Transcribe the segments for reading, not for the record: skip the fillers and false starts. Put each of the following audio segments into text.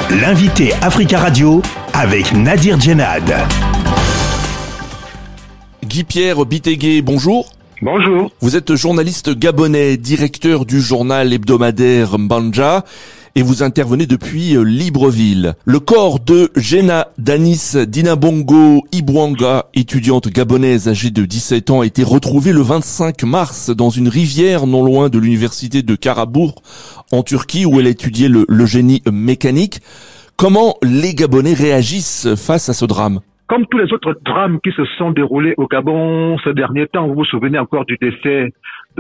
L'invité Africa Radio avec Nadir Djenad. Guy-Pierre Biteguet, bonjour. Bonjour. Vous êtes journaliste gabonais, directeur du journal hebdomadaire Mbanja et vous intervenez depuis Libreville. Le corps de Gena Danis Dinabongo Ibwanga, étudiante gabonaise âgée de 17 ans, a été retrouvé le 25 mars dans une rivière non loin de l'université de Karabur en Turquie où elle étudiait le génie mécanique. Comment les Gabonais réagissent face à ce drame ? Comme tous les autres drames qui se sont déroulés au Gabon ces derniers temps, vous vous souvenez encore du décès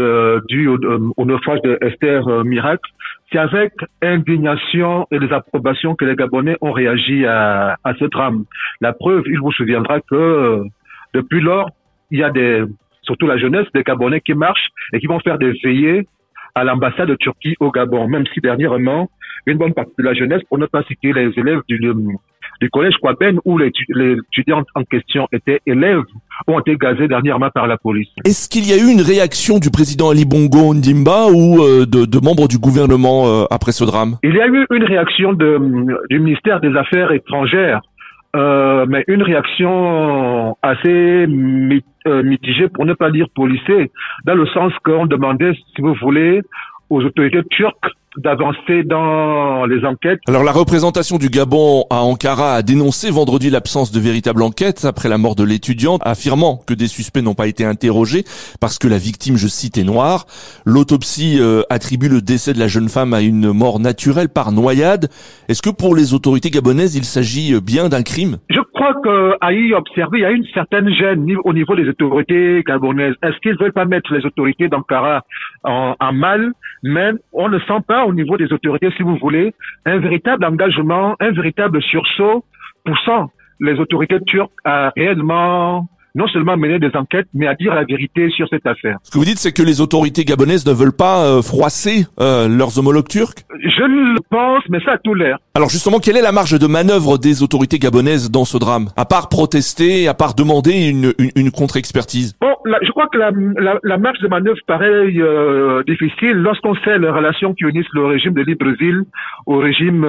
dû au naufrage de Esther Miracle, c'est avec indignation et désapprobation que les Gabonais ont réagi à ce drame. La preuve, il vous souviendra que depuis lors, il y a surtout la jeunesse des Gabonais qui marchent et qui vont faire des veillées à l'ambassade de Turquie au Gabon, même si dernièrement, une bonne partie de la jeunesse, pour ne pas citer les élèves du collège Kouaben où les étudiants en question étaient élèves, ont été gazés dernièrement par la police. Est-ce qu'il y a eu une réaction du président Ali Bongo Ondimba ou de membres du gouvernement après ce drame ? Il y a eu une réaction du ministère des Affaires étrangères, mais une réaction assez mitigée, pour ne pas dire policée, dans le sens qu'on demandait, si vous voulez, aux autorités turques d'avancer dans les enquêtes. Alors la représentation du Gabon à Ankara a dénoncé vendredi l'absence de véritable enquête après la mort de l'étudiante, affirmant que des suspects n'ont pas été interrogés parce que la victime, je cite, est noire. L'autopsie attribue le décès de la jeune femme à une mort naturelle par noyade. Est-ce que pour les autorités gabonaises, il s'agit bien d'un crime ? Je crois qu'à y observer, il y a une certaine gêne au niveau des autorités gabonaises. Est-ce qu'ils veulent pas mettre les autorités d'Ankara en mal? Mais on ne sent pas au niveau des autorités, si vous voulez, un véritable engagement, un véritable sursaut poussant les autorités turques à réellement non seulement mener des enquêtes, mais à dire la vérité sur cette affaire. Ce que vous dites, c'est que les autorités gabonaises ne veulent pas froisser leurs homologues turcs ? Je le pense, mais ça a tout l'air. Alors justement, quelle est la marge de manœuvre des autorités gabonaises dans ce drame ? À part protester, à part demander une contre-expertise ? Bon, je crois que la marge de manœuvre paraît difficile lorsqu'on sait les relations qui unissent le régime de Libreville au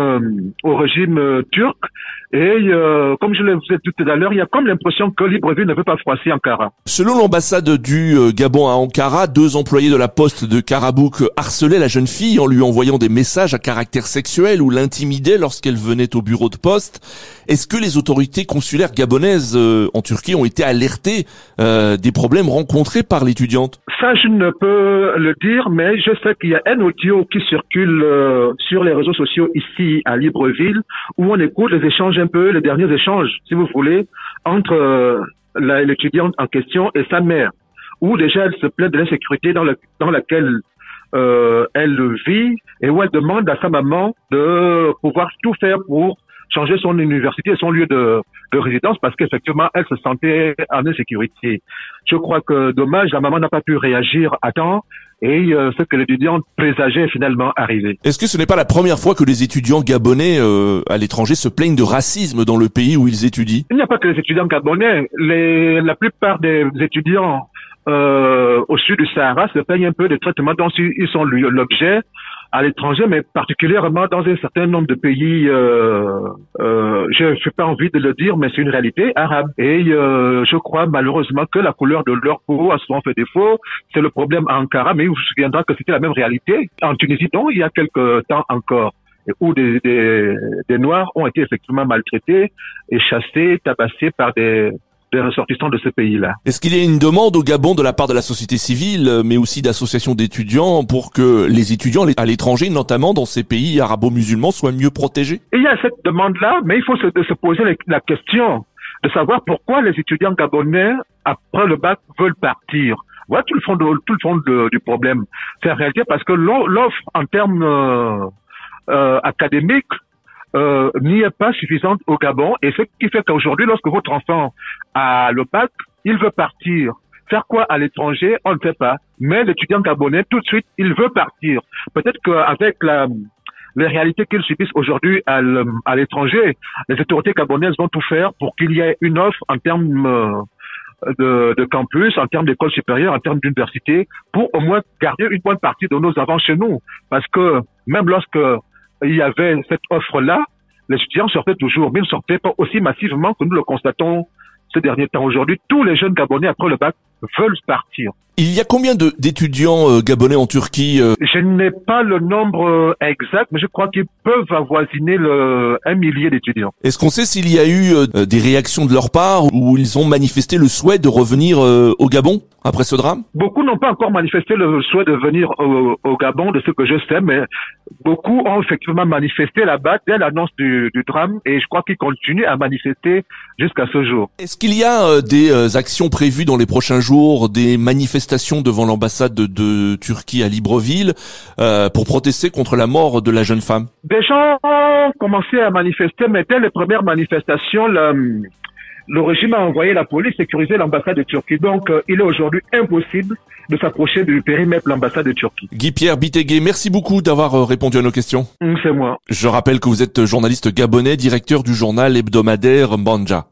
régime turc. Et comme je l'ai dit tout à l'heure, il y a comme l'impression que Libreville ne veut pas froisser Ankara. Selon l'ambassade du Gabon à Ankara, 2 employés de la poste de Karabuk harcelaient la jeune fille en lui envoyant des messages à caractère sexuel ou l'intimidaient lorsqu'elle venait au bureau de poste. Est-ce que les autorités consulaires gabonaises en Turquie ont été alertées des problèmes rencontrés par l'étudiante ? Ça, je ne peux le dire, mais je sais qu'il y a un audio qui circule sur les réseaux sociaux ici à Libreville où on écoute les derniers échanges, si vous voulez, entre l'étudiante en question et sa mère, où déjà elle se plaint de l'insécurité dans laquelle elle vit et où elle demande à sa maman de pouvoir tout faire pour changer son université et son lieu de résidence parce qu'effectivement, elle se sentait en insécurité. Je crois que dommage, la maman n'a pas pu réagir à temps et ce que l'étudiant présageait est finalement arrivé. Est-ce que ce n'est pas la première fois que les étudiants gabonais à l'étranger se plaignent de racisme dans le pays où ils étudient ? Il n'y a pas que les étudiants gabonais. La plupart des étudiants au sud du Sahara se plaignent un peu des traitements dont ils sont l'objet à l'étranger, mais particulièrement dans un certain nombre de pays, je n'ai pas envie de le dire, mais c'est une réalité arabe. Et je crois malheureusement que la couleur de leur peau a souvent fait défaut. C'est le problème à Ankara, mais il vous souviendra que c'était la même réalité en Tunisie, donc il y a quelque temps encore, où des Noirs ont été effectivement maltraités et chassés, tabassés par des ressortissants de ce pays-là. Est-ce qu'il y a une demande au Gabon de la part de la société civile, mais aussi d'associations d'étudiants, pour que les étudiants à l'étranger, notamment dans ces pays arabo-musulmans, soient mieux protégés ? Il y a cette demande-là, mais il faut se poser la question de savoir pourquoi les étudiants gabonais, après le bac, veulent partir. Voilà tout le fond du problème. C'est en réalité parce que l'offre en termes académiques n'y est pas suffisante au Gabon, et ce qui fait qu'aujourd'hui, lorsque votre enfant a le bac, il veut partir. Faire quoi à l'étranger, on ne sait pas. Mais l'étudiant gabonais, tout de suite, il veut partir. Peut-être qu'avec les réalités qu'ils subissent aujourd'hui à l'étranger, les autorités gabonaises vont tout faire pour qu'il y ait une offre en termes de campus, en termes d'école supérieure, en termes d'université, pour au moins garder une bonne partie de nos avances chez nous. Parce que même lorsque il y avait cette offre-là, les étudiants sortaient toujours, mais ils ne sortaient pas aussi massivement que nous le constatons ces derniers temps. Aujourd'hui, tous les jeunes Gabonais après le bac veulent partir. Il y a combien d'étudiants gabonais en Turquie Je n'ai pas le nombre exact, mais je crois qu'ils peuvent avoisiner 1 millier d'étudiants. Est-ce qu'on sait s'il y a eu des réactions de leur part où ils ont manifesté le souhait de revenir au Gabon après ce drame? Beaucoup n'ont pas encore manifesté le souhait de venir au Gabon, de ce que je sais, mais beaucoup ont effectivement manifesté là-bas dès l'annonce du drame, et je crois qu'ils continuent à manifester jusqu'à ce jour. Est-ce qu'il y a des actions prévues dans les prochains jours, des manifestations devant l'ambassade de Turquie à Libreville pour protester contre la mort de la jeune femme? Des gens ont commencé à manifester, mais dès les premières manifestations, le régime a envoyé la police sécuriser l'ambassade de Turquie. Donc, il est aujourd'hui impossible de s'approcher du périmètre de l'ambassade de Turquie. Guy-Pierre Bitegué, merci beaucoup d'avoir répondu à nos questions. C'est moi. Je rappelle que vous êtes journaliste gabonais, directeur du journal hebdomadaire Mbanja.